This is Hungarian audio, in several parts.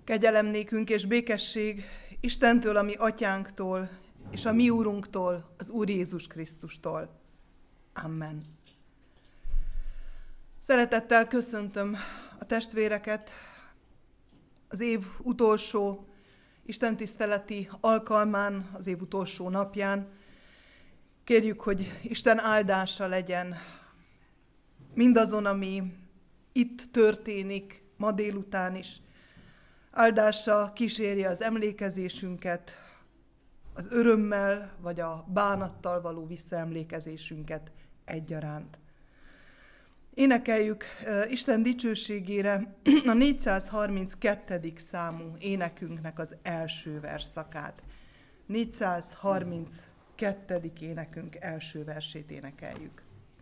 Kegyelem nékünk és békesség Istentől, a mi atyánktól, és a mi úrunktól, az Úr Jézus Krisztustól. Amen. Szeretettel köszöntöm a testvéreket az év utolsó istentiszteleti alkalmán, az év utolsó napján. Kérjük, hogy Isten áldása legyen mindazon, ami itt történik ma délután is. Áldása kísérje az emlékezésünket, az örömmel vagy a bánattal való visszaemlékezésünket egyaránt. Énekeljük Isten dicsőségére a 432. számú énekünknek az első versszakát. 432. énekünk első versét énekeljük.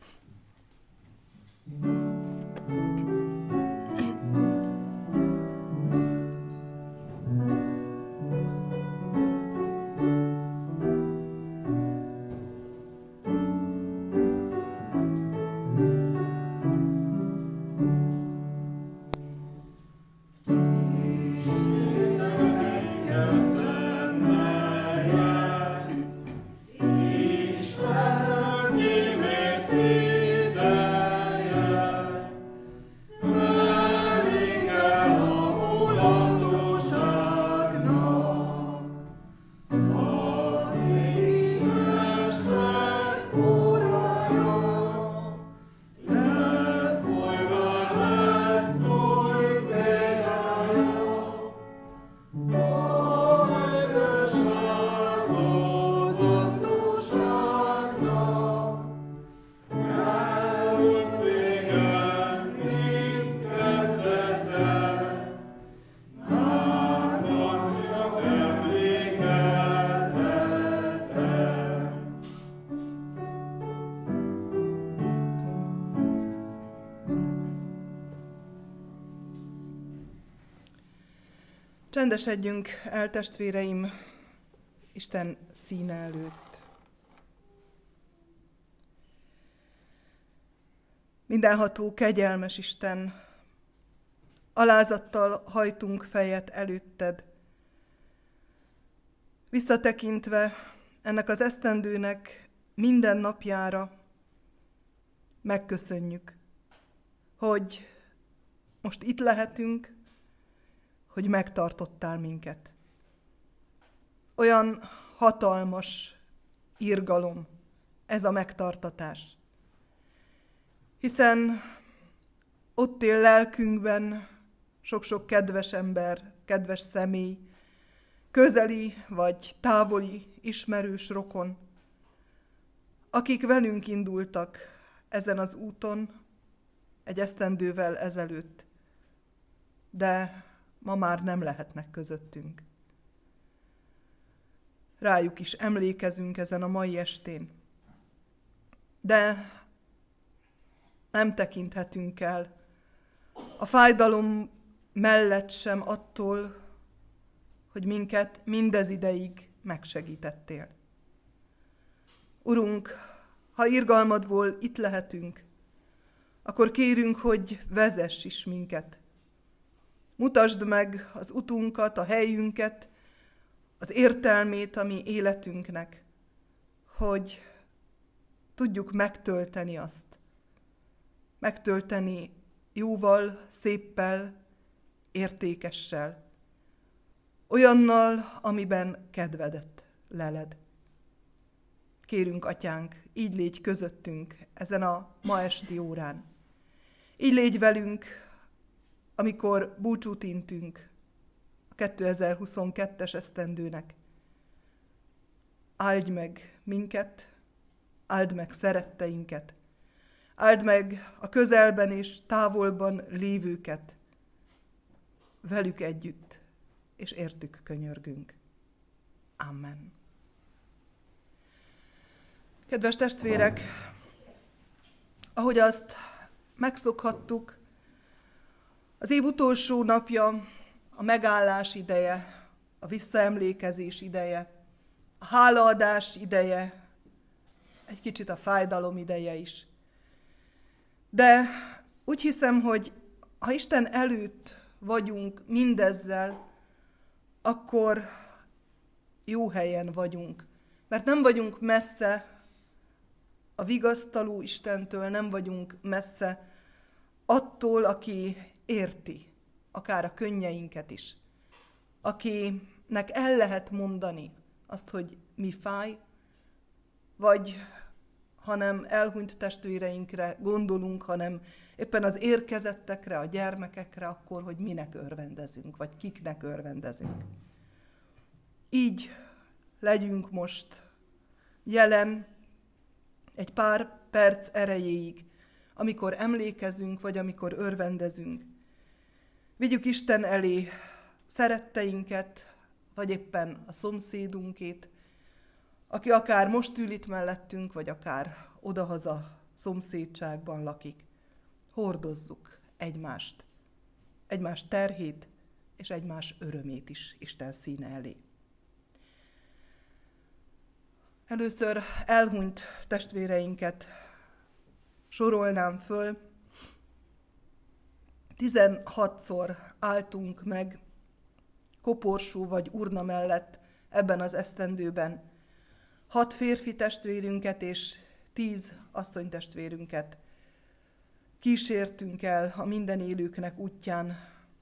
Csendesedjünk el, testvéreim, Isten színe előtt. Mindenható, kegyelmes Isten, alázattal hajtunk fejet előtted. Visszatekintve ennek az esztendőnek minden napjára megköszönjük, hogy most itt lehetünk, hogy megtartottál minket. Olyan hatalmas irgalom ez a megtartatás. Hiszen ott él lelkünkben sok-sok kedves ember, kedves személy, közeli vagy távoli ismerős rokon, akik velünk indultak ezen az úton egy esztendővel ezelőtt, de ma már nem lehetnek közöttünk. Rájuk is emlékezünk ezen a mai estén. De nem tekinthetünk el a fájdalom mellett sem attól, hogy minket mindez ideig megsegítettél. Urunk, ha irgalmadból itt lehetünk, akkor kérünk, hogy vezess is minket. Mutasd meg az utunkat, a helyünket, az értelmét a mi életünknek, hogy tudjuk megtölteni azt. Megtölteni jóval, széppel, értékessel. Olyannal, amiben kedvedet leled. Kérünk, Atyánk, így légy közöttünk ezen a ma esti órán. Így légy velünk, amikor búcsút intünk a 2022-es esztendőnek. Áldj meg minket, áld meg szeretteinket, áld meg a közelben és távolban lévőket, velük együtt, és értük könyörgünk. Amen. Kedves testvérek, ahogy azt megszokhattuk, az év utolsó napja a megállás ideje, a visszaemlékezés ideje, a hálaadás ideje, egy kicsit a fájdalom ideje is. De úgy hiszem, hogy ha Isten előtt vagyunk mindezzel, akkor jó helyen vagyunk. Mert nem vagyunk messze a vigasztaló Istentől, nem vagyunk messze attól, aki érti, akár a könnyeinket is. Akinek el lehet mondani azt, hogy mi fáj, vagy hanem elhunyt testvéreinkre gondolunk, hanem éppen az érkezettekre, a gyermekekre, akkor, hogy minek örvendezünk, vagy kiknek örvendezünk. Így legyünk most jelen egy pár perc erejéig, amikor emlékezünk, vagy amikor örvendezünk. Vigyük Isten elé szeretteinket, vagy éppen a szomszédunkét, aki akár most ül itt mellettünk, vagy akár odahaza szomszédságban lakik. Hordozzuk egymást, egymás terhét és egymás örömét is Isten színe elé. Először elhunyt testvéreinket sorolnám föl. 16-szor álltunk meg koporsó vagy urna mellett ebben az esztendőben. 6 férfi testvérünket és 10 asszonytestvérünket kísértünk el a minden élőknek útján.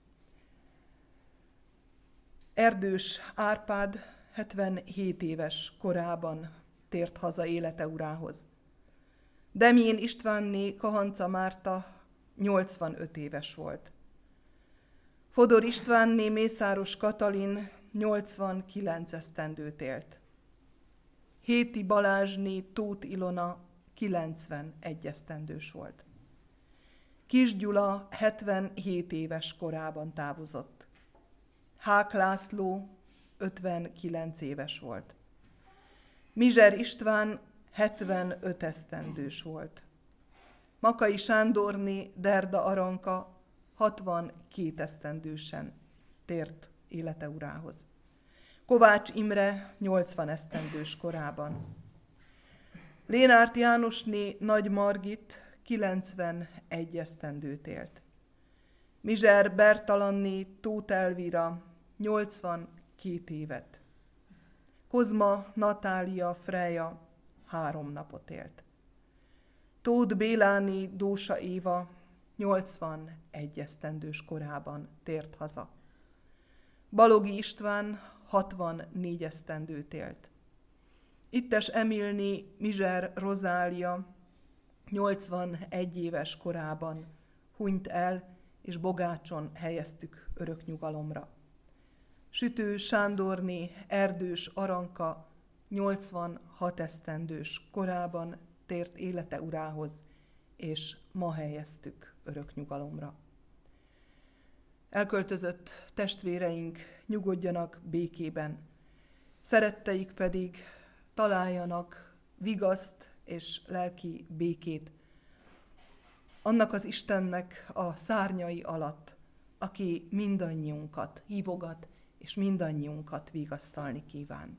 Erdős Árpád 77 éves korában tért haza élete urához. Demjén Istvánné Kahanca Márta 85 éves volt. Fodor Istvánné Mészáros Katalin 89 esztendőt élt. Héti Balázsné Tóth Ilona 91 esztendős volt. Kis Gyula 77 éves korában távozott. Hák László 59 éves volt. Mizser István 75 esztendős volt. Makai Sándorné Derda Aranka 62 esztendősen tért élete urához. Kovács Imre 80 esztendős korában. Lénárt Jánosné Nagy Margit 91 esztendőt élt. Mizser Bertalanné Tóth Elvira 82 évet. Kozma Natália Freja 3 napot élt. Tóth Béláné Dósa Éva 81 esztendős korában tért haza. Balogi István 64 esztendőt élt. Ittes Emilné Mizser Rozália 81 éves korában hunyt el, és Bogácson helyeztük örök nyugalomra. Sütő Sándorné Erdős Aranka 86 esztendős korában tért élete urához, és ma helyeztük örök nyugalomra. Elköltözött testvéreink nyugodjanak békében, szeretteik pedig találjanak vigaszt és lelki békét annak az Istennek a szárnyai alatt, aki mindannyiunkat hívogat, és mindannyiunkat vigasztalni kíván.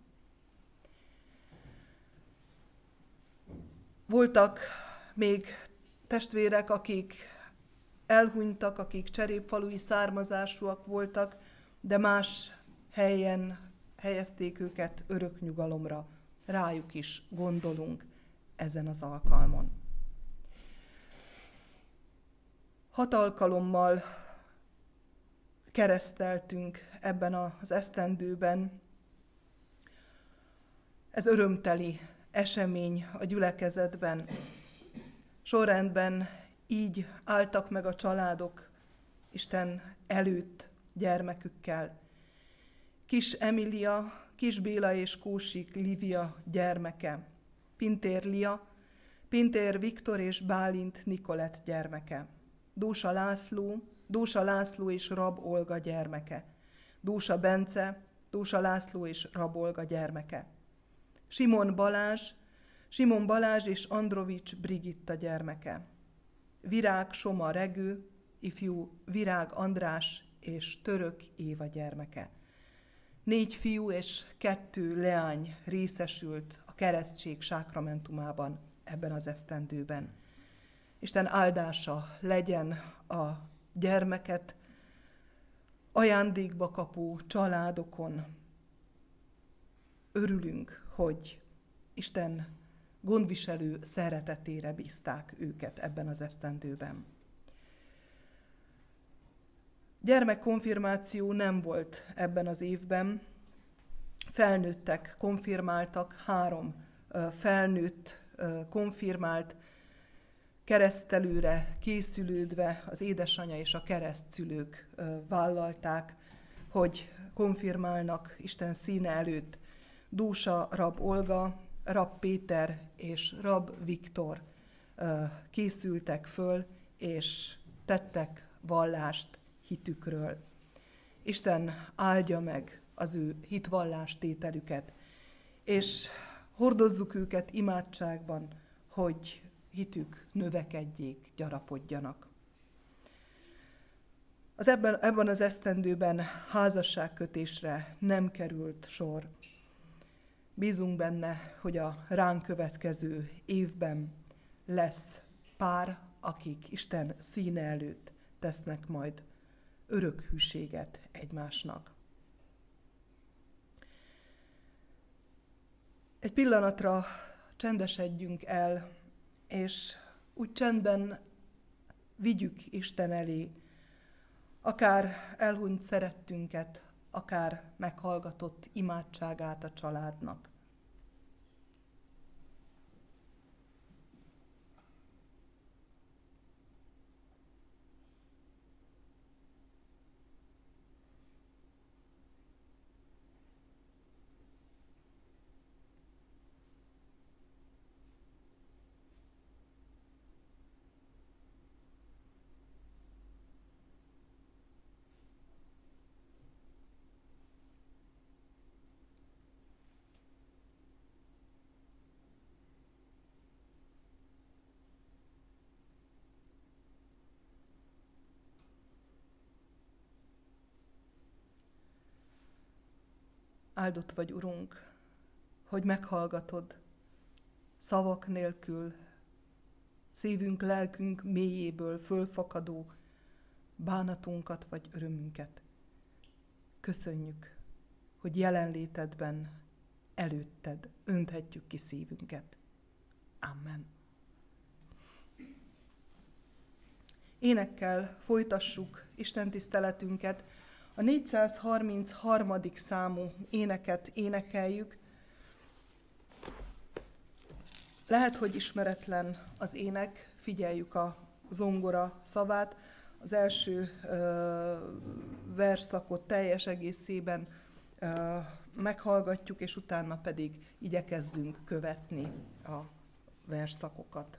Voltak még testvérek, akik elhunytak, akik cserépfalui származásúak voltak, de más helyen helyezték őket örök nyugalomra. Rájuk is gondolunk ezen az alkalmon. 6 alkalommal kereszteltünk ebben az esztendőben. Ez örömteli esemény a gyülekezetben. Sorrendben így álltak meg a családok Isten előtt gyermekükkel. Kis Emília, Kis Béla és Kósik Lívia gyermeke. Pintér Lia, Pintér Viktor és Bálint Nikolett gyermeke. Dósa László és Rab Olga gyermeke. Dósa Bence, Dósa László és Rab Olga gyermeke. Simon Balázs és Androvics Brigitta gyermeke. Virág Soma Regő, ifjú Virág András és Török Éva gyermeke. 4 fiú és 2 leány részesült a keresztség sákramentumában ebben az esztendőben. Isten áldása legyen a gyermeket, ajándékba kapó családokon. Örülünk, hogy Isten gondviselő szeretetére bízták őket ebben az esztendőben. Gyermekkonfirmáció nem volt ebben az évben. Felnőttek konfirmáltak, 3 felnőtt konfirmált, keresztelőre készülődve az édesanyja és a keresztszülők vállalták, hogy konfirmálnak Isten színe előtt. Dósa Rab Olga, Rab Péter és Rab Viktor készültek föl, és tettek vallást hitükről. Isten áldja meg az ő hitvallástételüket, és hordozzuk őket imádságban, hogy hitük növekedjék, gyarapodjanak. Ebben az esztendőben házasságkötésre nem került sor. Bízunk benne, hogy a ránk következő évben lesz pár, akik Isten színe előtt tesznek majd örök hűséget egymásnak. Egy pillanatra csendesedjünk el, és úgy csendben vigyük Isten elé, akár elhunyt szerettünket, akár meghallgatott imádságát a családnak. Áldott vagy, Urunk, hogy meghallgatod szavak nélkül, szívünk, lelkünk mélyéből fölfakadó bánatunkat vagy örömünket. Köszönjük, hogy jelenlétedben, előtted önthetjük ki szívünket. Amen. Énekkel folytassuk Isten tiszteletünket. A 433. számú éneket énekeljük. Lehet, hogy ismeretlen az ének, figyeljük a zongora szavát. Az első versszakot teljes egészében meghallgatjuk, és utána pedig igyekezzünk követni a versszakokat.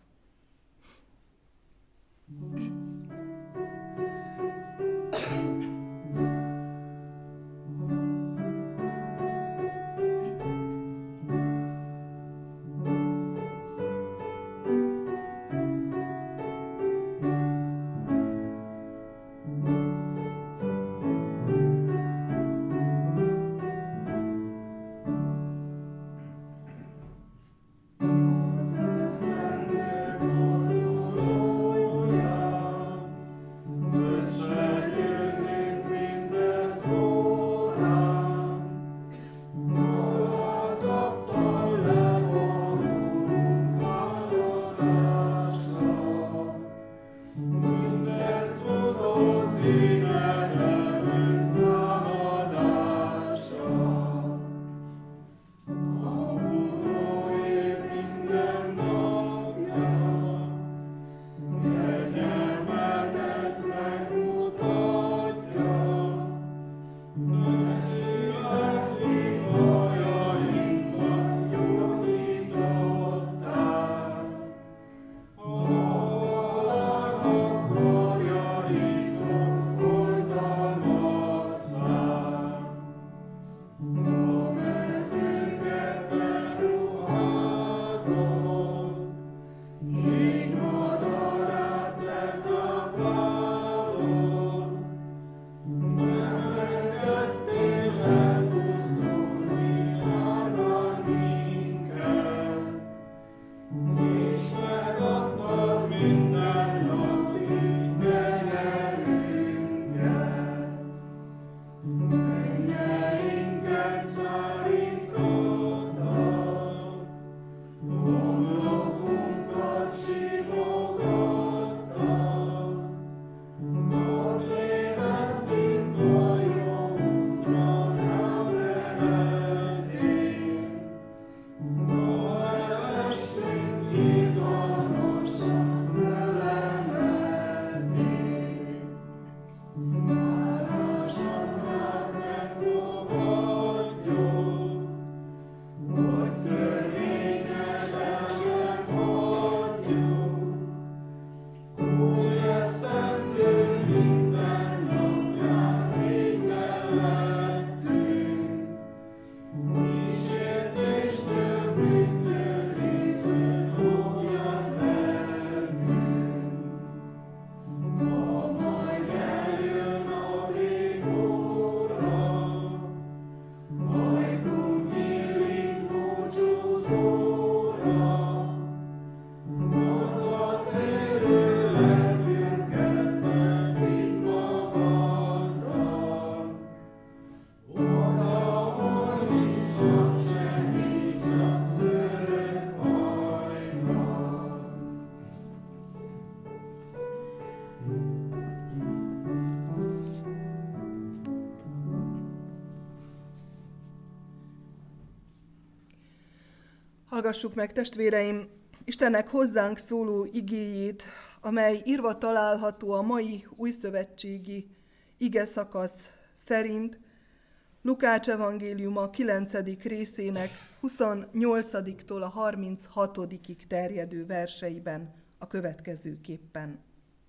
Hallgassuk meg, testvéreim, Istennek hozzánk szóló igéjét, amely írva található a mai újszövetségi igeszakasz szerint Lukács evangéliuma 9. részének 28-tól a 36-ig terjedő verseiben a következőképpen.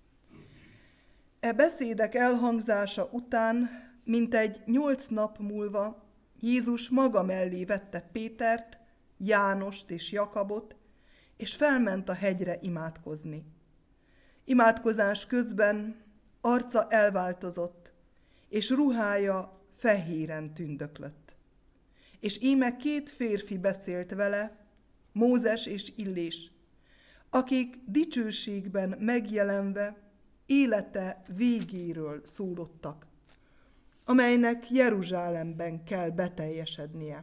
E beszédek elhangzása után, mintegy 8 nap múlva Jézus maga mellé vette Pétert, Jánost és Jakabot, és felment a hegyre imádkozni. Imádkozás közben arca elváltozott, és ruhája fehéren tündöklött. És íme 2 férfi beszélt vele, Mózes és Illés, akik dicsőségben megjelenve élete végéről szólottak, amelynek Jeruzsálemben kell beteljesednie.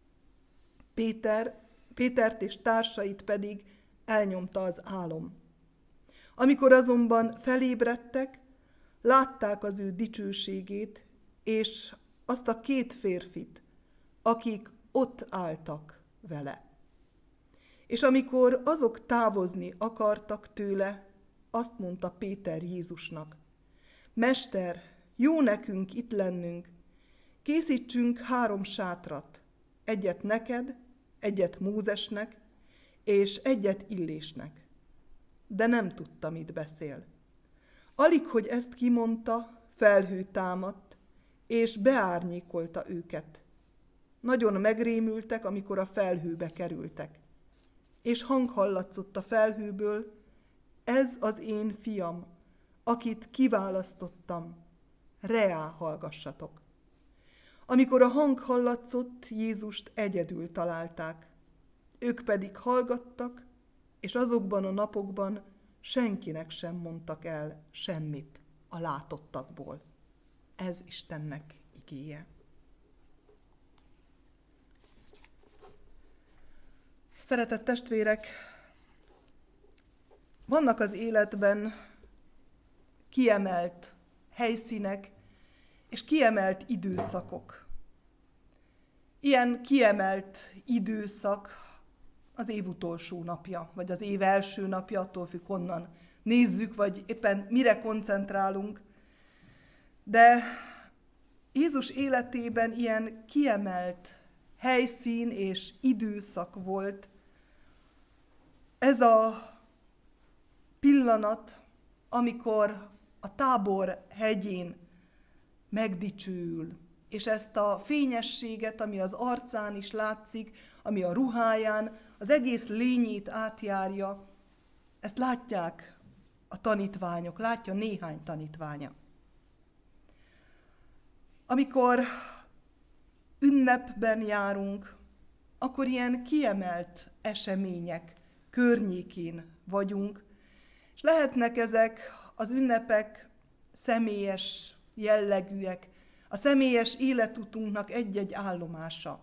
Pétert és társait pedig elnyomta az álom. Amikor azonban felébredtek, látták az ő dicsőségét, és azt a 2 férfit, akik ott álltak vele. És amikor azok távozni akartak tőle, azt mondta Péter Jézusnak: Mester, jó nekünk itt lennünk, készítsünk 3 sátrat, egyet neked, egyet Mózesnek, és egyet Illésnek. De nem tudta, mit beszél. Alig, hogy ezt kimondta, felhő támadt, és beárnyékolta őket. Nagyon megrémültek, amikor a felhőbe kerültek. És hang hallatszott a felhőből: ez az én fiam, akit kiválasztottam, reá hallgassatok. Amikor a hang hallatszott, Jézust egyedül találták. Ők pedig hallgattak, és azokban a napokban senkinek sem mondtak el semmit a látottakból. Ez Istennek igéje. Szeretett testvérek, vannak az életben kiemelt helyszínek és kiemelt időszakok. Ilyen kiemelt időszak az év utolsó napja, vagy az év első napja, attól függ, honnan nézzük, vagy éppen mire koncentrálunk. De Jézus életében ilyen kiemelt helyszín és időszak volt. Ez a pillanat, amikor a Tábor hegyén megdicsőül, és ezt a fényességet, ami az arcán is látszik, ami a ruháján, az egész lényét átjárja, ezt látják a tanítványok, látja néhány tanítványa. Amikor ünnepben járunk, akkor ilyen kiemelt események környékén vagyunk, és lehetnek ezek az ünnepek személyes jellegűek, a személyes életutunknak egy-egy állomása.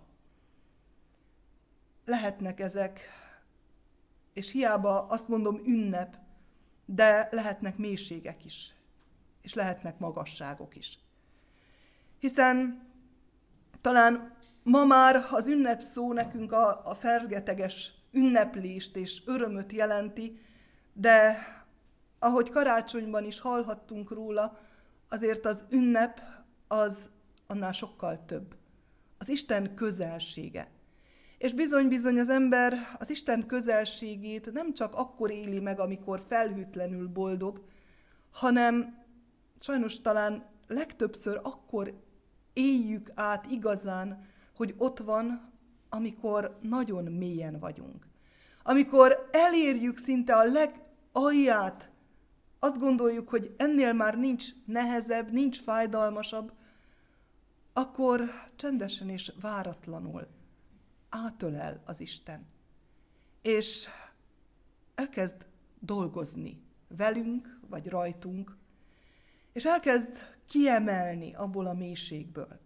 Lehetnek ezek, és hiába azt mondom ünnep, de lehetnek mélységek is, és lehetnek magasságok is. Hiszen talán ma már az ünnep szó nekünk a fergeteges ünneplést és örömöt jelenti, de ahogy karácsonyban is hallhattunk róla, azért az ünnep az annál sokkal több. Az Isten közelsége. És bizony-bizony az ember az Isten közelségét nem csak akkor éli meg, amikor felhőtlenül boldog, hanem sajnos talán legtöbbször akkor éljük át igazán, hogy ott van, amikor nagyon mélyen vagyunk. Amikor elérjük szinte a legalját, azt gondoljuk, hogy ennél már nincs nehezebb, nincs fájdalmasabb, akkor csendesen és váratlanul átölel az Isten. És elkezd dolgozni velünk, vagy rajtunk, és elkezd kiemelni abból a mélységből.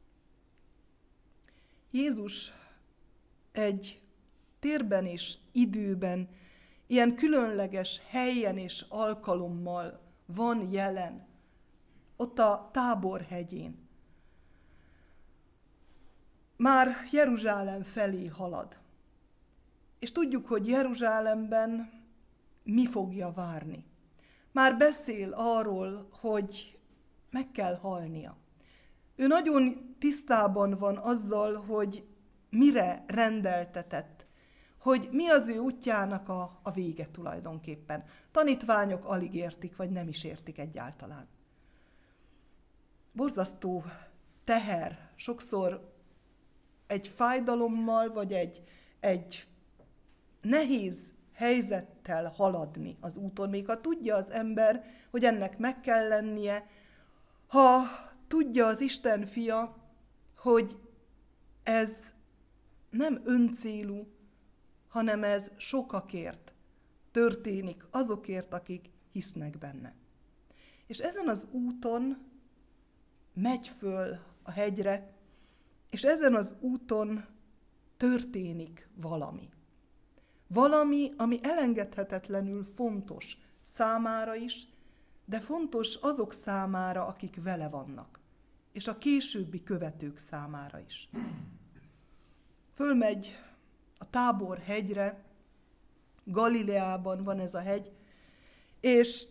Jézus egy térben és időben, ilyen különleges helyen és alkalommal van jelen, ott a Tábor hegyén. Már Jeruzsálem felé halad. és tudjuk, hogy Jeruzsálemben mi fogja várni. Már beszél arról, hogy meg kell halnia. Ő nagyon tisztában van azzal, hogy mire rendeltetett, hogy mi az ő útjának a vége tulajdonképpen. Tanítványok alig értik, vagy nem is értik egyáltalán. Borzasztó teher, sokszor egy fájdalommal, vagy egy nehéz helyzettel haladni az úton, még ha tudja az ember, hogy ennek meg kell lennie, ha tudja az Isten fia, hogy ez nem öncélú, hanem ez sokakért történik, azokért, akik hisznek benne. És ezen az úton megy föl a hegyre, és ezen az úton történik valami. Valami, ami elengedhetetlenül fontos számára is, de fontos azok számára, akik vele vannak, és a későbbi követők számára is. Fölmegy a Tábor hegyre, Galileában van ez a hegy, és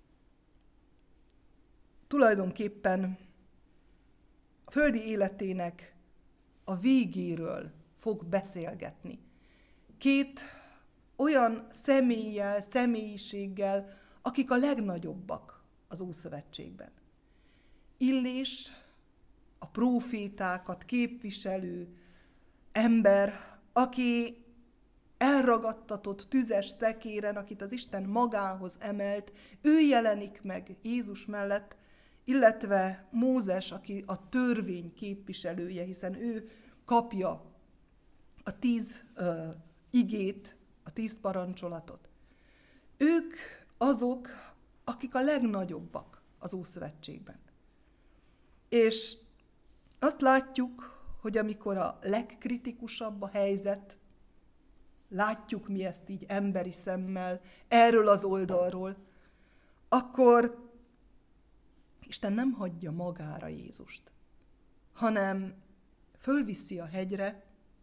tulajdonképpen a földi életének a végéről fog beszélgetni. Két olyan személlyel, személyiséggel, akik a legnagyobbak az Ószövetségben. Illés, a prófétákat képviselő ember, aki elragadtatott tüzes szekéren, akit az Isten magához emelt, ő jelenik meg Jézus mellett, illetve Mózes, aki a törvény képviselője, hiszen ő kapja a 10 igét, a 10 parancsolatot. Ők azok, akik a legnagyobbak az Ószövetségben. És azt látjuk, hogy amikor a legkritikusabb a helyzet, látjuk mi ezt így emberi szemmel, erről az oldalról, akkor Isten nem hagyja magára Jézust, hanem fölviszi a hegyre,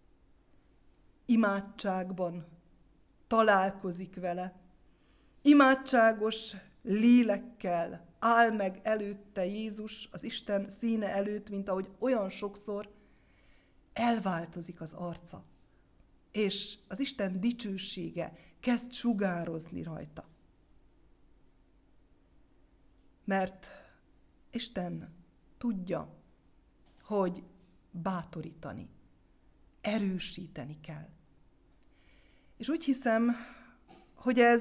imádságban találkozik vele, imádságos lélekkel áll meg előtte Jézus az Isten színe előtt, mint ahogy olyan sokszor elváltozik az arca, és az Isten dicsősége kezd sugározni rajta. Mert Isten tudja, hogy bátorítani, erősíteni kell. És úgy hiszem, hogy ez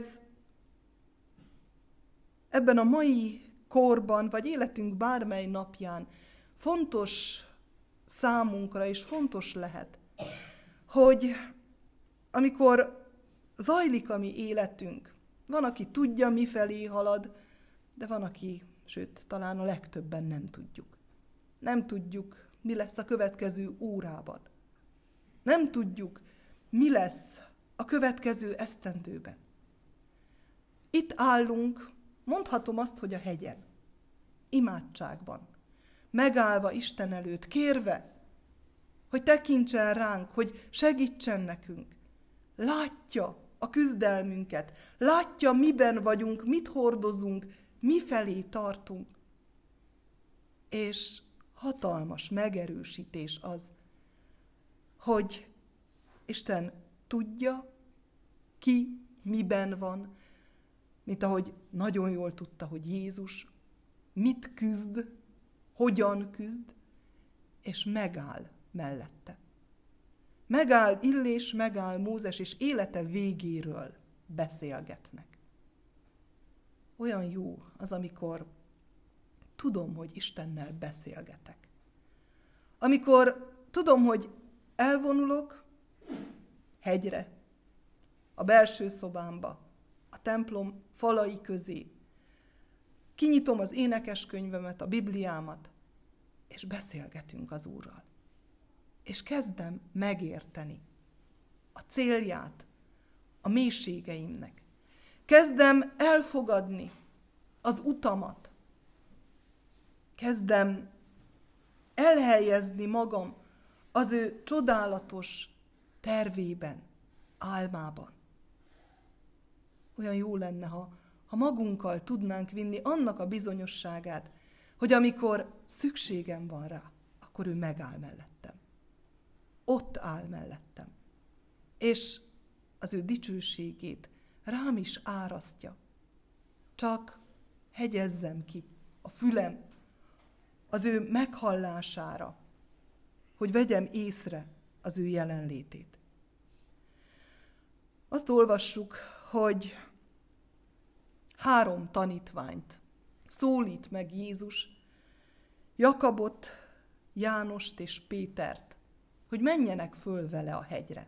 ebben a mai korban, vagy életünk bármely napján fontos számunkra, és fontos lehet, hogy amikor zajlik a mi életünk, van, aki tudja, mifelé halad, de van, aki, sőt, talán a legtöbben nem tudjuk. Nem tudjuk, mi lesz a következő órában. Nem tudjuk, mi lesz a következő esztendőben. Itt állunk, mondhatom azt, hogy a hegyen, imádságban, megállva Isten előtt, kérve, hogy tekintsen ránk, hogy segítsen nekünk. Látja a küzdelmünket, látja, miben vagyunk, mit hordozunk, mifelé tartunk. És hatalmas megerősítés az, hogy Isten tudja, ki miben van, mint ahogy nagyon jól tudta, hogy Jézus mit küzd, hogyan küzd, és megáll mellette. Megáll Illés, megáll Mózes, és élete végéről beszélgetnek. Olyan jó az, amikor tudom, hogy Istennel beszélgetek. Amikor tudom, hogy elvonulok hegyre, a belső szobámba, a templom falai közé, kinyitom az énekeskönyvemet, a Bibliámat, és beszélgetünk az Úrral. És kezdem megérteni a célját a mélységeimnek. Kezdem elfogadni az utamat. Kezdem elhelyezni magam az ő csodálatos tervében, álmában. Olyan jó lenne, ha magunkkal tudnánk vinni annak a bizonyosságát, hogy amikor szükségem van rá, akkor ő megáll mellettem. Ott áll mellettem. És az ő dicsőségét rám is árasztja. Csak hegyezzem ki a fülem az ő meghallására, hogy vegyem észre az ő jelenlétét. Azt olvassuk, hogy 3 tanítványt szólít meg Jézus, Jakabot, Jánost és Pétert, hogy menjenek föl vele a hegyre.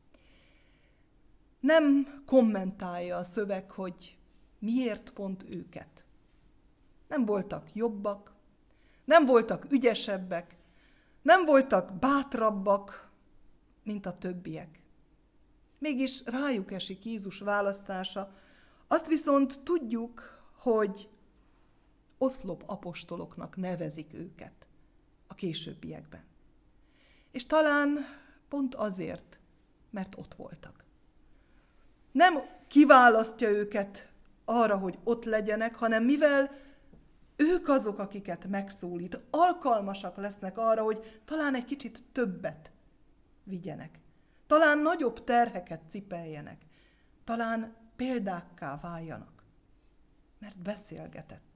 Nem kommentálja a szöveg, hogy miért pont őket. Nem voltak jobbak, nem voltak ügyesebbek, nem voltak bátrabbak, mint a többiek. Mégis rájuk esik Jézus választása, azt viszont tudjuk, hogy oszlop apostoloknak nevezik őket a későbbiekben. És talán pont azért, mert ott voltak. Nem kiválasztja őket arra, hogy ott legyenek, hanem mivel ők azok, akiket megszólít, alkalmasak lesznek arra, hogy talán egy kicsit többet vigyenek. Talán nagyobb terheket cipeljenek. Talán példákká váljanak. Mert beszélgetett.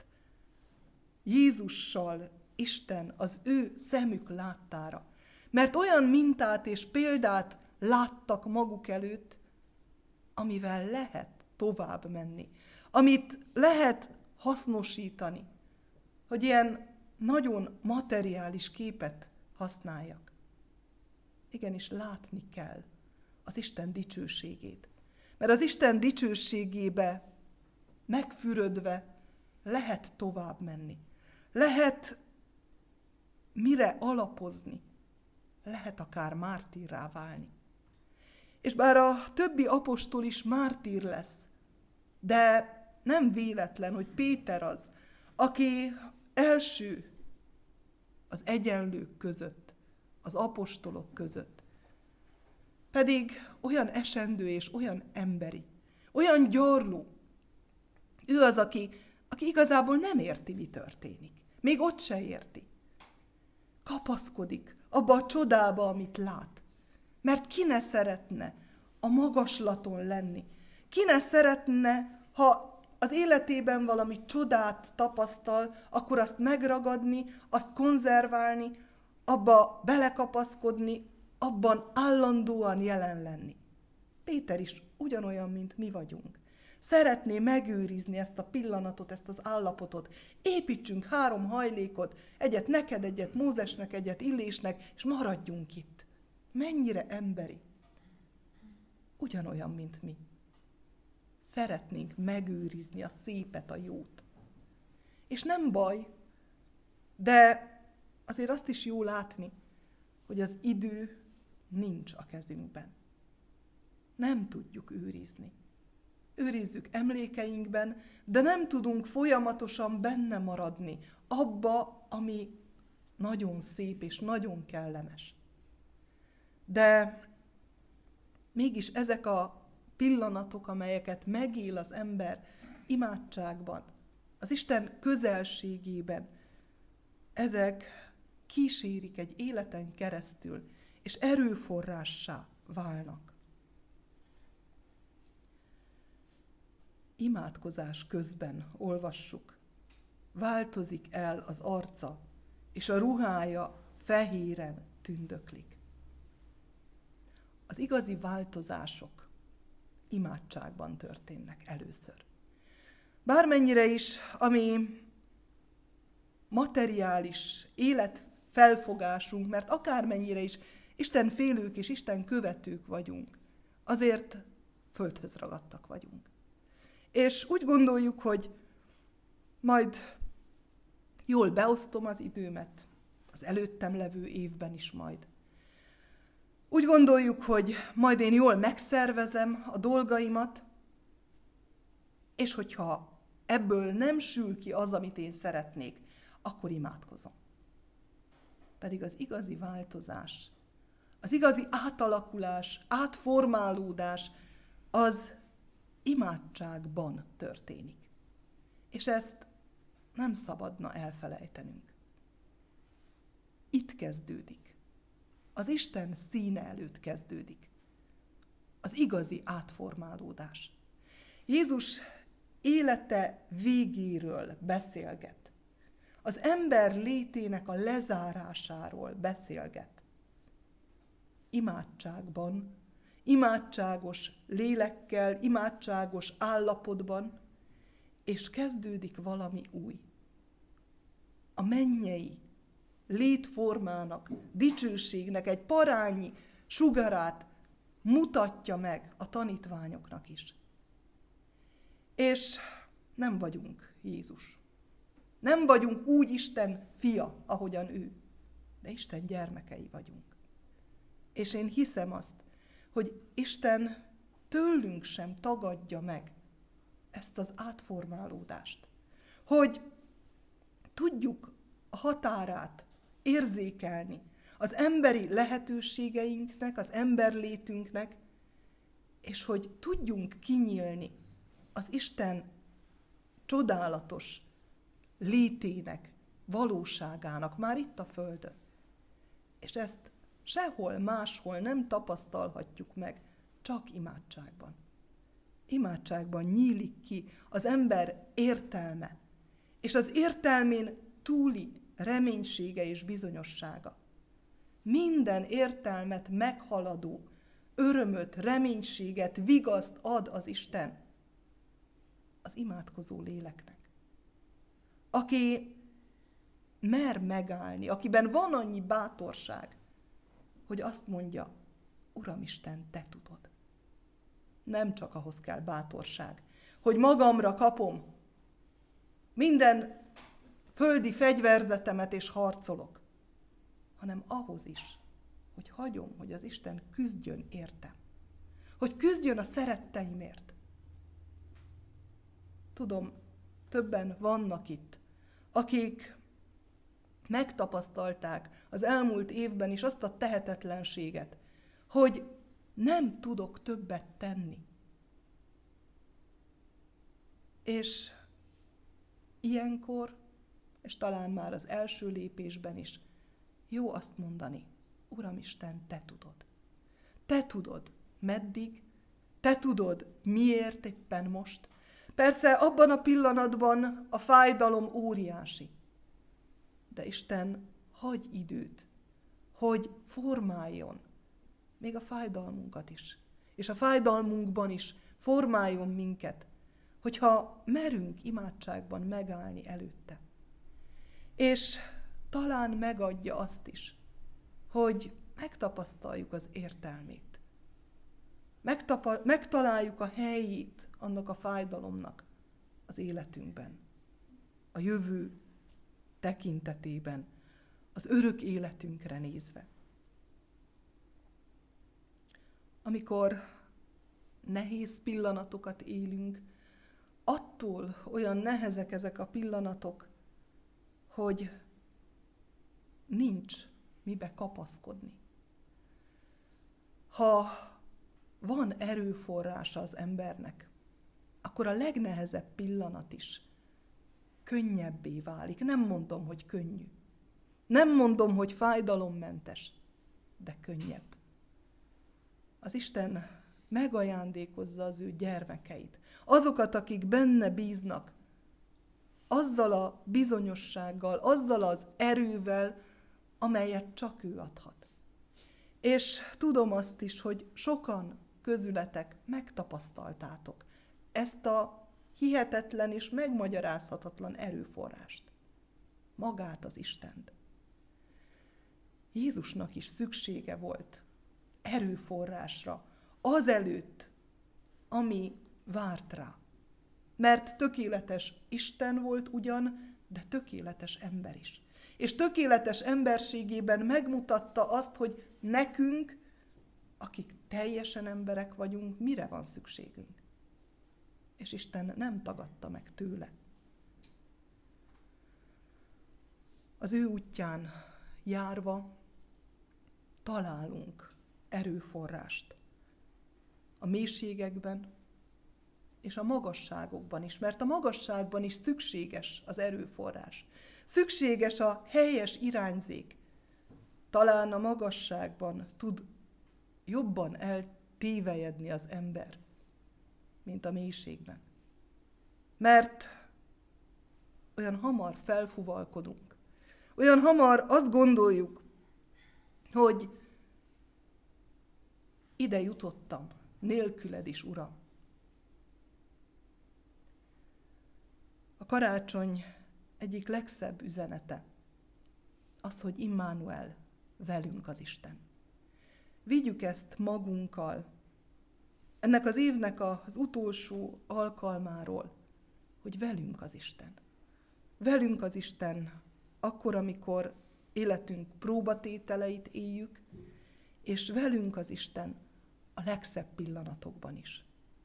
Jézussal Isten az ő szemük láttára. Mert olyan mintát és példát láttak maguk előtt, amivel lehet tovább menni. Amit lehet hasznosítani. Hogy ilyen nagyon materiális képet használjak. Igenis látni kell az Isten dicsőségét. Mert az Isten dicsőségébe megfürödve lehet tovább menni. Lehet mire alapozni. Lehet akár mártírrá válni. És bár a többi apostol is mártír lesz, de nem véletlen, hogy Péter az, aki első az egyenlők között, az apostolok között. Pedig olyan esendő és olyan emberi, olyan gyarló. Ő az, aki igazából nem érti, mi történik. Még ott se érti. Kapaszkodik abba a csodába, amit lát. Mert ki ne szeretne a magaslaton lenni? Ki ne szeretne, ha az életében valami csodát tapasztal, akkor azt megragadni, azt konzerválni, abba belekapaszkodni, abban állandóan jelen lenni. Péter is ugyanolyan, mint mi vagyunk. Szeretné megőrizni ezt a pillanatot, ezt az állapotot. Építsünk 3 hajlékot, egyet neked, egyet Mózesnek, egyet Illésnek, és maradjunk itt. Mennyire emberi. Ugyanolyan, mint mi. Szeretnénk megőrizni a szépet, a jót. És nem baj, de azért azt is jó látni, hogy az idő nincs a kezünkben. Nem tudjuk őrizni. Őrizzük emlékeinkben, de nem tudunk folyamatosan benne maradni abba, ami nagyon szép és nagyon kellemes. De mégis ezek a pillanatok, amelyeket megél az ember imádságban, az Isten közelségében, ezek kísérik egy életen keresztül, és erőforrássá válnak. Imádkozás közben olvassuk, változik el az arca, és a ruhája fehéren tündöklik. Az igazi változások imádságban történnek először. Bármennyire is, ami materiális életfelfogásunk, mert akármennyire is Isten félők és Isten követők vagyunk, azért földhöz ragadtak vagyunk. És úgy gondoljuk, hogy majd jól beosztom az időmet, az előttem levő évben is majd. Úgy gondoljuk, hogy majd én jól megszervezem a dolgaimat, és hogyha ebből nem sül ki az, amit én szeretnék, akkor imádkozom. Pedig az igazi változás Az igazi átalakulás, átformálódás az imádságban történik. És ezt nem szabadna elfelejtenünk. Itt kezdődik. Az Isten színe előtt kezdődik. Az igazi átformálódás. Jézus élete végéről beszélget. Az ember létének a lezárásáról beszélget. Imádságban, imádságos lélekkel, imádságos állapotban, és kezdődik valami új. A mennyei létformának, dicsőségnek egy parányi sugarát mutatja meg a tanítványoknak is. És nem vagyunk Jézus. Nem vagyunk úgy Isten fia, ahogyan ő, de Isten gyermekei vagyunk. És én hiszem azt, hogy Isten tőlünk sem tagadja meg ezt az átformálódást. Hogy tudjuk a határát érzékelni az emberi lehetőségeinknek, az emberlétünknek, és hogy tudjunk kinyílni az Isten csodálatos létének, valóságának már itt a Földön. És ezt sehol máshol nem tapasztalhatjuk meg, csak imádságban. Imádságban nyílik ki az ember értelme, és az értelmén túli reménysége és bizonyossága. Minden értelmet meghaladó örömöt, reménységet, vigaszt ad az Isten az imádkozó léleknek. Aki mer megállni, akiben van annyi bátorság, hogy azt mondja, Uramisten, te tudod. Nem csak ahhoz kell bátorság, hogy magamra kapom minden földi fegyverzetemet és harcolok, hanem ahhoz is, hogy hagyom, hogy az Isten küzdjön értem. Hogy küzdjön a szeretteimért. Tudom, többen vannak itt, akik megtapasztalták az elmúlt évben is azt a tehetetlenséget, hogy nem tudok többet tenni. És ilyenkor, és talán már az első lépésben is, jó azt mondani, Uramisten, te tudod. Te tudod, meddig, te tudod, miért éppen most. Persze abban a pillanatban a fájdalom óriási, de Isten hagy időt, hogy formáljon még a fájdalmunkat is, és a fájdalmunkban is formáljon minket, hogyha merünk imádságban megállni előtte. És talán megadja azt is, hogy megtapasztaljuk az értelmét. Megtaláljuk a helyét annak a fájdalomnak az életünkben, a jövő tekintetében, az örök életünkre nézve. Amikor nehéz pillanatokat élünk, attól olyan nehezek ezek a pillanatok, hogy nincs mibe kapaszkodni. Ha van erőforrása az embernek, akkor a legnehezebb pillanat is könnyebbé válik. Nem mondom, hogy könnyű. Nem mondom, hogy fájdalommentes, de könnyebb. Az Isten megajándékozza az ő gyermekeit, azokat, akik benne bíznak, azzal a bizonyossággal, azzal az erővel, amelyet csak ő adhat. És tudom azt is, hogy sokan közületek megtapasztaltátok ezt a hihetetlen és megmagyarázhatatlan erőforrást, magát az Istent. Jézusnak is szüksége volt erőforrásra, azelőtt, ami várt rá. Mert tökéletes Isten volt ugyan, de tökéletes ember is. És tökéletes emberségében megmutatta azt, hogy nekünk, akik teljesen emberek vagyunk, mire van szükségünk. És Isten nem tagadta meg tőle. Az ő útján járva találunk erőforrást a mélységekben és a magasságokban is, mert a magasságban is szükséges az erőforrás. Szükséges a helyes irányzék. Talán a magasságban tud jobban eltévejedni az ember, mint a mélységben. Mert olyan hamar felfuvalkodunk, olyan hamar azt gondoljuk, hogy ide jutottam, nélküled is, Uram. A karácsony egyik legszebb üzenete az, hogy Immanuel, velünk az Isten. Vigyük ezt magunkkal, ennek az évnek az utolsó alkalmáról, hogy velünk az Isten. Velünk az Isten akkor, amikor életünk próbatételeit éljük, és velünk az Isten a legszebb pillanatokban is.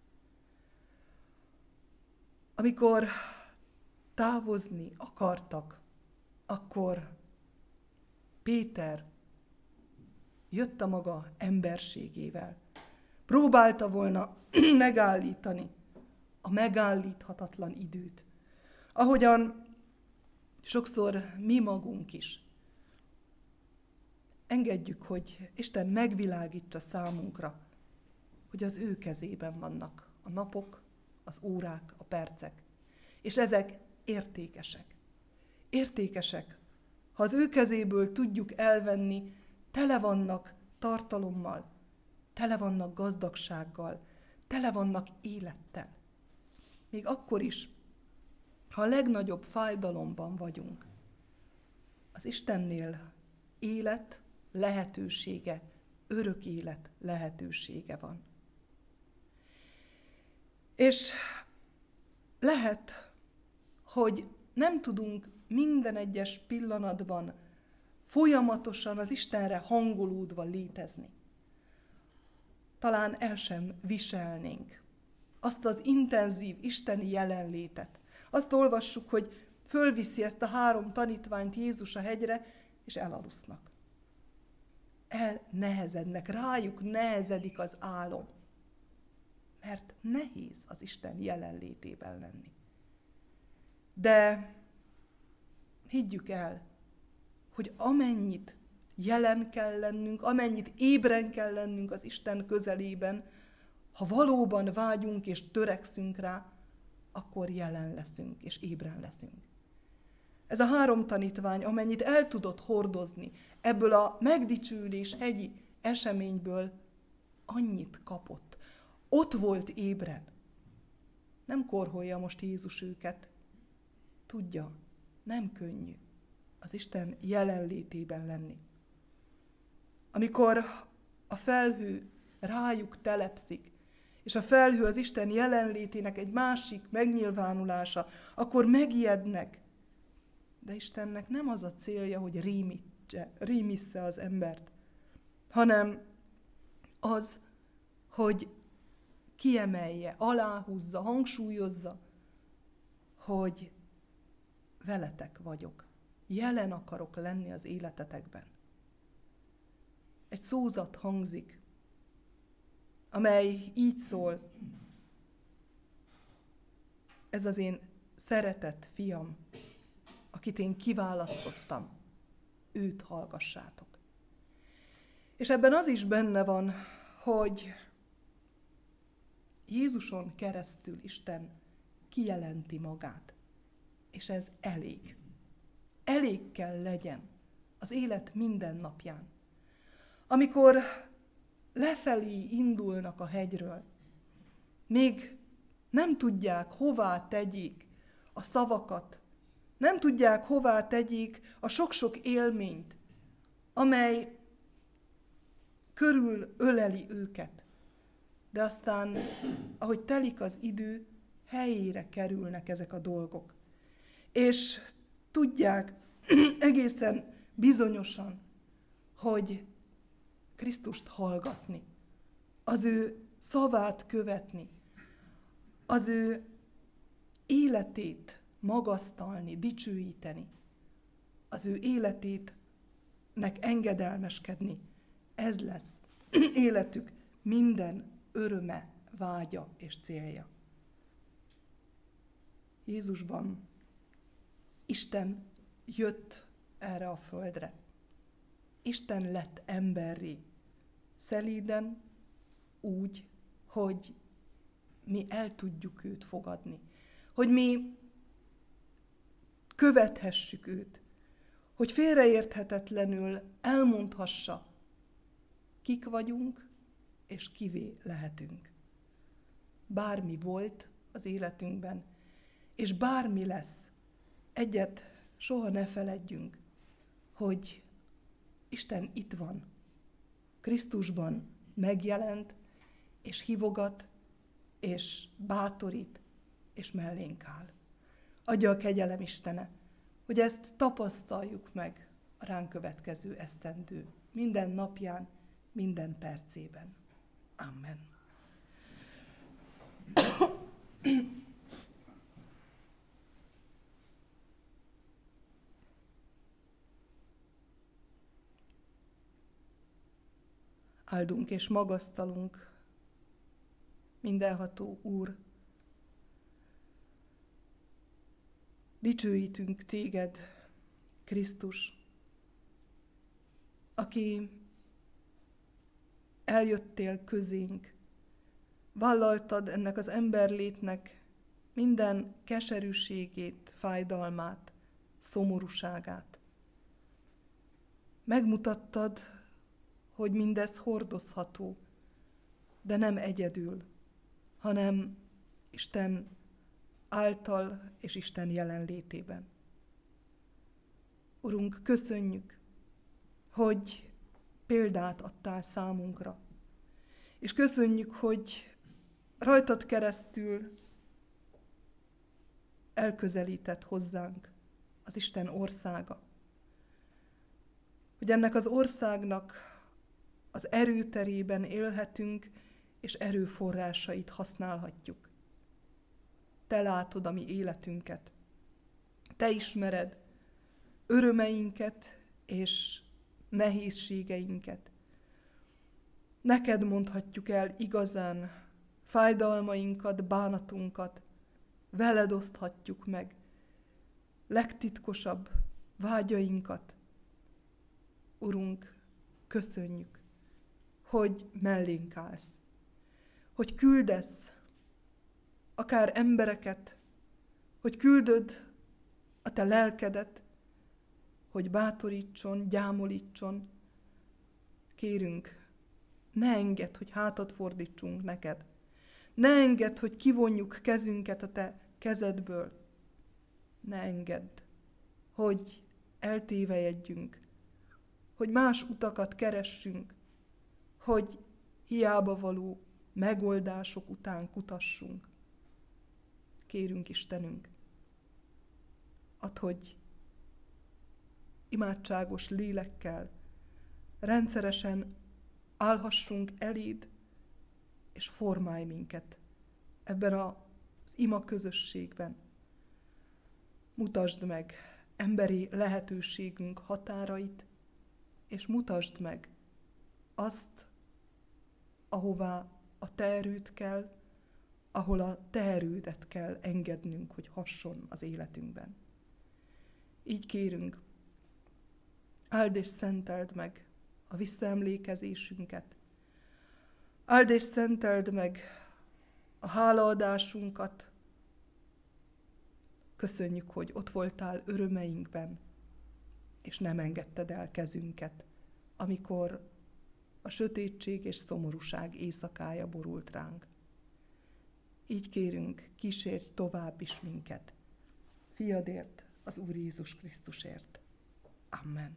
Amikor távozni akartak, akkor Péter jött a maga emberségével. Próbálta volna megállítani a megállíthatatlan időt. Ahogyan sokszor mi magunk is. Engedjük, hogy Isten megvilágítsa számunkra, hogy az ő kezében vannak a napok, az órák, a percek. És ezek értékesek. Értékesek. Ha az ő kezéből tudjuk elvenni, tele vannak tartalommal, tele vannak gazdagsággal, tele vannak élettel. Még akkor is, ha a legnagyobb fájdalomban vagyunk, az Istennél élet lehetősége, örök élet lehetősége van. És lehet, hogy nem tudunk minden egyes pillanatban folyamatosan az Istenre hangolódva létezni. Talán el sem viselnénk azt az intenzív isteni jelenlétet. Azt olvassuk, hogy fölviszi ezt a 3 tanítványt Jézus a hegyre, és elalusznak. Elnehezednek, rájuk nehezedik az álom. Mert nehéz az Isten jelenlétében lenni. De higgyük el, hogy amennyit jelen kell lennünk, amennyit ébren kell lennünk az Isten közelében, ha valóban vágyunk és törekszünk rá, akkor jelen leszünk és ébren leszünk. Ez a 3 tanítvány, amennyit el tudott hordozni ebből a megdicsőlés hegyi eseményből, annyit kapott. Ott volt ébren. Nem korholja most Jézus őket. Tudja, nem könnyű az Isten jelenlétében lenni. Amikor a felhő rájuk telepszik, és a felhő az Isten jelenlétének egy másik megnyilvánulása, akkor megijednek. De Istennek nem az a célja, hogy rémissze az embert, hanem az, hogy kiemelje, aláhúzza, hangsúlyozza, hogy veletek vagyok. Jelen akarok lenni az életetekben. Egy szózat hangzik, amely így szól: ez az én szeretett fiam, akit én kiválasztottam, őt hallgassátok. És ebben az is benne van, hogy Jézuson keresztül Isten kijelenti magát. És ez elég. Elég kell legyen az élet minden napján. Amikor lefelé indulnak a hegyről, még nem tudják, hová tegyék a szavakat, nem tudják, hová tegyék a sok-sok élményt, amely körül öleli őket. De aztán, ahogy telik az idő, helyére kerülnek ezek a dolgok. És tudják egészen bizonyosan, hogy Krisztust hallgatni, az ő szavát követni, az ő életét magasztalni, dicsőíteni, az ő életének engedelmeskedni, ez lesz életük minden öröme, vágya és célja. Jézusban Isten jött erre a földre. Isten lett emberré, szelíden, úgy, hogy mi el tudjuk őt fogadni, hogy mi követhessük őt, hogy félreérthetetlenül elmondhassa, kik vagyunk, és kivé lehetünk. Bármi volt az életünkben, és bármi lesz, egyet soha ne feledjünk, hogy Isten itt van, Krisztusban megjelent, és hívogat, és bátorít, és mellénk áll. Adja a kegyelem Istene, hogy ezt tapasztaljuk meg a ránk következő esztendő, minden napján, minden percében. Amen. Áldunk és magasztalunk, mindenható Úr, dicsőítünk téged, Krisztus, aki eljöttél közénk, vállaltad ennek az emberlétnek minden keserűségét, fájdalmát, szomorúságát. Megmutattad, hogy mindez hordozható, de nem egyedül, hanem Isten által és Isten jelenlétében. Urunk, köszönjük, hogy példát adtál számunkra, és köszönjük, hogy rajtad keresztül elközelített hozzánk az Isten országa. Hogy ennek az országnak az erőterében élhetünk, és erőforrásait használhatjuk. Te látod a mi életünket. Te ismered örömeinket és nehézségeinket. Neked mondhatjuk el igazán fájdalmainkat, bánatunkat, veled oszthatjuk meg legtitkosabb vágyainkat. Urunk, köszönjük, hogy mellénk állsz, hogy küldesz akár embereket, hogy küldöd a te lelkedet, hogy bátorítson, gyámolítson. Kérünk, ne engedd, hogy hátat fordítsunk neked. Ne engedd, hogy kivonjuk kezünket a te kezedből. Ne engedd, hogy eltévejedjünk, hogy más utakat keressünk, hogy hiába való megoldások után kutassunk. Kérünk, Istenünk, add, hogy imádságos lélekkel rendszeresen állhassunk eléd, és formálj minket ebben az ima közösségben. Mutasd meg emberi lehetőségünk határait, és mutasd meg azt, ahová a te erőd kell, ahol a te erődet kell engednünk, hogy hasson az életünkben. Így kérünk, áld és szenteld meg a visszaemlékezésünket, áld és szenteld meg a hálaadásunkat. Köszönjük, hogy ott voltál örömeinkben, és nem engedted el kezünket, amikor a sötétség és szomorúság éjszakája borult ránk. Így kérünk, kísérj tovább is minket. Fiadért, az Úr Jézus Krisztusért. Amen.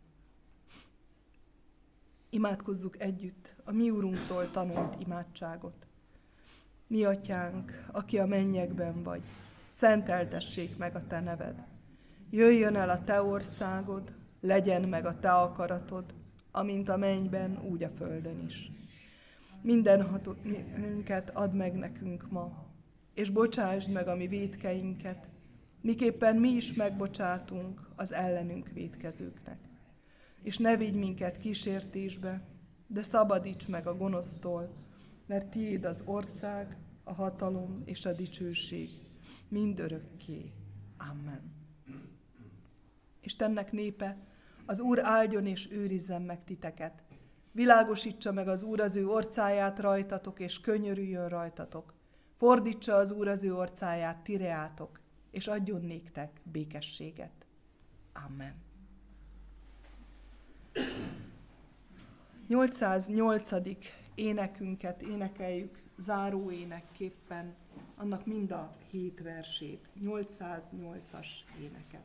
Imádkozzuk együtt a mi Urunktól tanult imádságot. Mi Atyánk, aki a mennyekben vagy, szenteltessék meg a te neved. Jöjjön el a te országod, legyen meg a te akaratod, amint a mennyben, úgy a földön is. Mindenhatünket add meg nekünk ma, és bocsásd meg a mi vétkeinket, miképpen mi is megbocsátunk az ellenünk vétkezőknek. És ne vigy minket kísértésbe, de szabadíts meg a gonosztól, mert tiéd az ország, a hatalom és a dicsőség mindörökké. Amen. Istennek népe, az Úr áldjon és őrizzen meg titeket. Világosítsa meg az Úr az ő orcáját rajtatok, és könyörüljön rajtatok. Fordítsa az Úr az ő orcáját tireátok, és adjon néktek békességet. Amen. 808. énekünket énekeljük záró énekképpen, annak mind a 7 versét, 808-as éneket.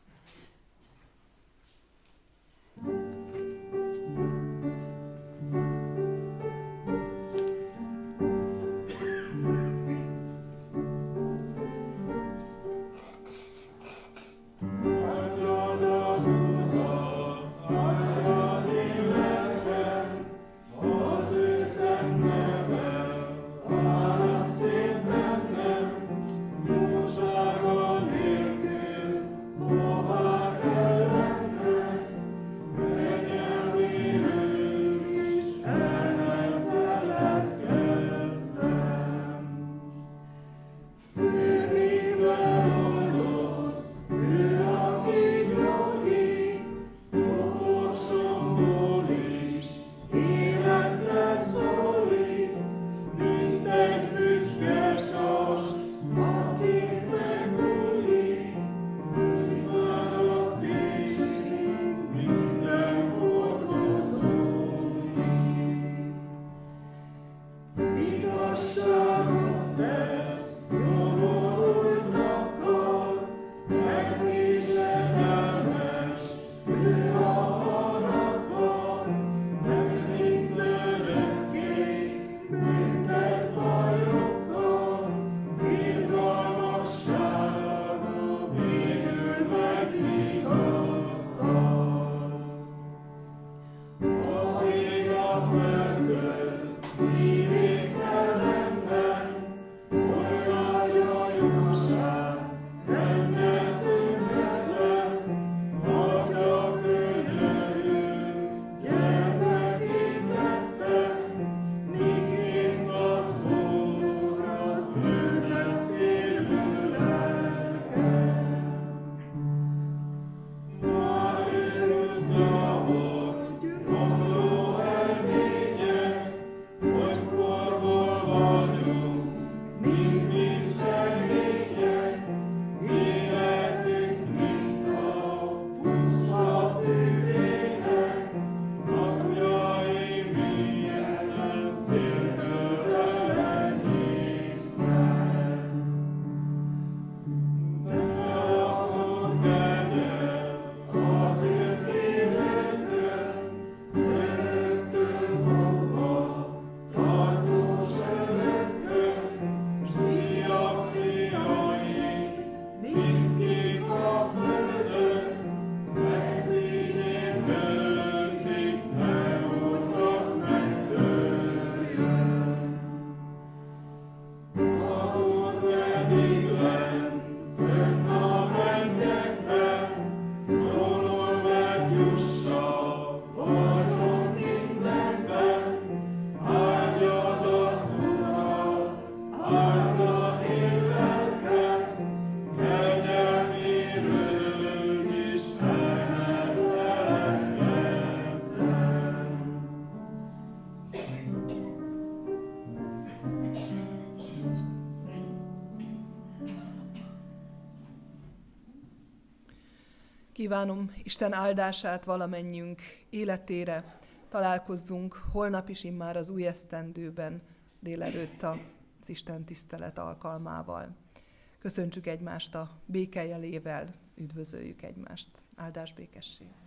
Kívánom Isten áldását valamennyiünk életére. Találkozzunk holnap is immár az új esztendőben délelőtt az Isten tisztelet alkalmával. Köszöntsük egymást a béke jelével, üdvözöljük egymást. Áldás békesség!